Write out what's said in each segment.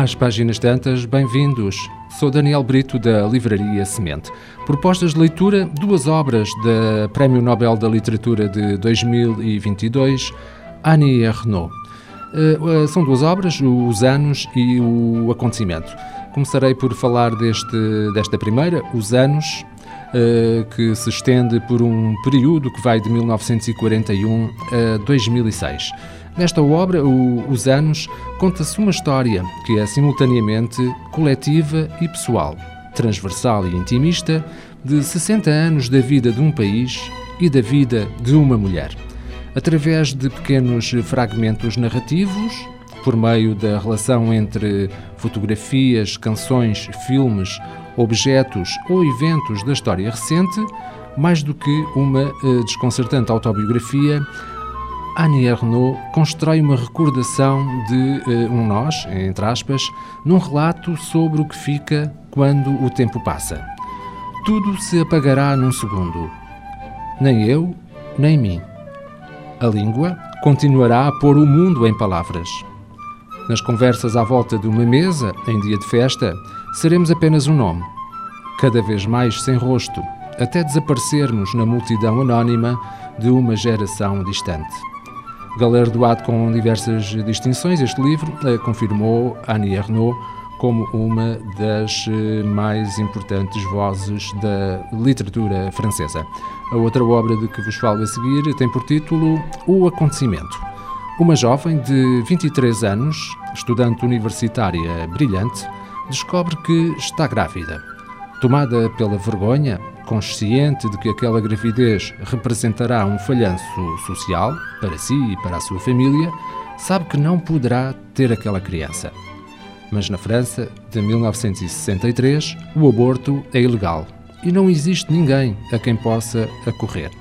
Às páginas tantas, bem-vindos. Sou Daniel Brito, da Livraria Semente. Propostas de leitura, duas obras da Prémio Nobel da Literatura de 2022, Annie Ernaux. São duas obras, Os Anos e o Acontecimento. Começarei por falar desta primeira, Os Anos, que se estende por um período que vai de 1941 a 2006. Nesta obra, Os Anos, conta-se uma história que é simultaneamente coletiva e pessoal, transversal e intimista, de 60 anos da vida de um país e da vida de uma mulher. Através de pequenos fragmentos narrativos, por meio da relação entre fotografias, canções, filmes, objetos ou eventos da história recente, mais do que uma desconcertante autobiografia, Annie Ernaux constrói uma recordação de um nós, entre aspas, num relato sobre o que fica quando o tempo passa. Tudo se apagará num segundo. Nem eu, nem mim. A língua continuará a pôr o mundo em palavras. Nas conversas à volta de uma mesa, em dia de festa, seremos apenas um nome, cada vez mais sem rosto, até desaparecermos na multidão anónima de uma geração distante. Galardoado com diversas distinções, este livro confirmou Annie Ernaux como uma das mais importantes vozes da literatura francesa. A outra obra de que vos falo a seguir tem por título O Acontecimento. Uma jovem de 23 anos, estudante universitária brilhante, descobre que está grávida. Tomada pela vergonha, consciente de que aquela gravidez representará um falhanço social para si e para a sua família, sabe que não poderá ter aquela criança. Mas na França de 1963, o aborto é ilegal e não existe ninguém a quem possa acorrer.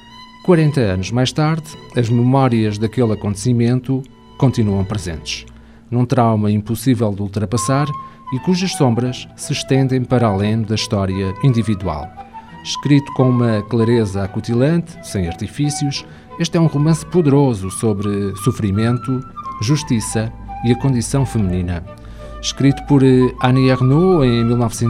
40 anos mais tarde, as memórias daquele acontecimento continuam presentes, num trauma impossível de ultrapassar e cujas sombras se estendem para além da história individual. Escrito com uma clareza acutilante, sem artifícios, este é um romance poderoso sobre sofrimento, justiça e a condição feminina. Escrito por Annie Ernaux em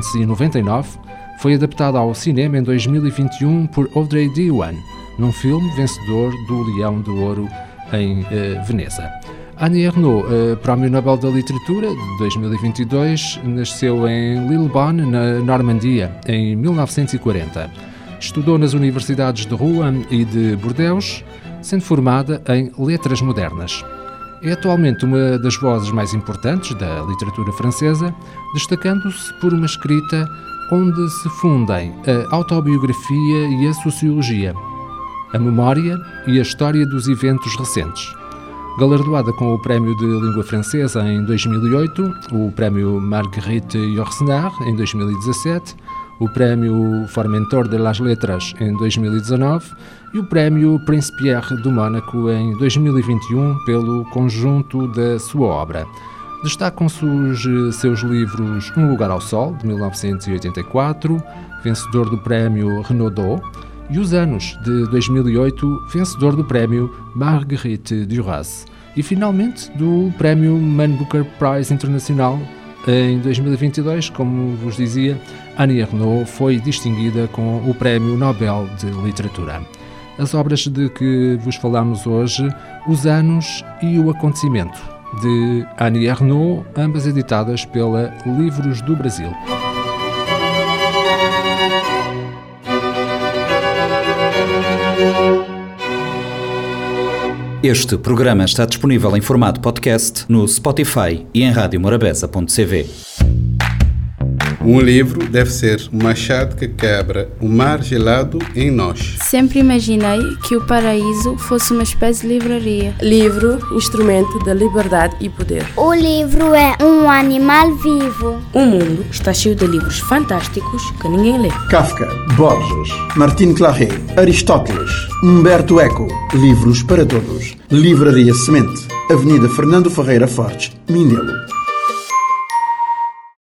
1999, foi adaptado ao cinema em 2021 por Audrey Diwan, num filme vencedor do Leão de Ouro em Veneza. Annie Ernaux, Prémio Nobel da Literatura de 2022, nasceu em Lillebonne, na Normandia, em 1940. Estudou nas universidades de Rouen e de Bordeaux, sendo formada em Letras Modernas. É atualmente uma das vozes mais importantes da literatura francesa, destacando-se por uma escrita onde se fundem a autobiografia e a sociologia, a memória e a história dos eventos recentes. Galardoada com o Prémio de Língua Francesa em 2008, o Prémio Marguerite Yourcenar em 2017, o Prémio Formentor de las Letras em 2019 e o Prémio Príncipe Pierre do Mónaco em 2021 pelo conjunto da sua obra. Destacam-se os seus livros Um Lugar ao Sol, de 1984, vencedor do Prémio Renaudot, e Os Anos, de 2008, vencedor do Prémio Marguerite Duras, e finalmente do Prémio Man Booker Prize Internacional em 2022. Como vos dizia, Annie Ernaux foi distinguida com o Prémio Nobel de Literatura. As obras de que vos falamos hoje, Os Anos e o Acontecimento, de Annie Ernaux, ambas editadas pela Livros do Brasil. Este programa está disponível em formato podcast no Spotify e em radiomorabeza.cv. Um livro deve ser um machado que quebra o mar gelado em nós. Sempre imaginei que o paraíso fosse uma espécie de livraria. Livro, instrumento da liberdade e poder. O livro é um animal vivo. O mundo está cheio de livros fantásticos que ninguém lê. Kafka, Borges, Martin Claret, Aristóteles, Humberto Eco. Livros para todos. Livraria Semente. Avenida Fernando Ferreira Fortes, Mindelo.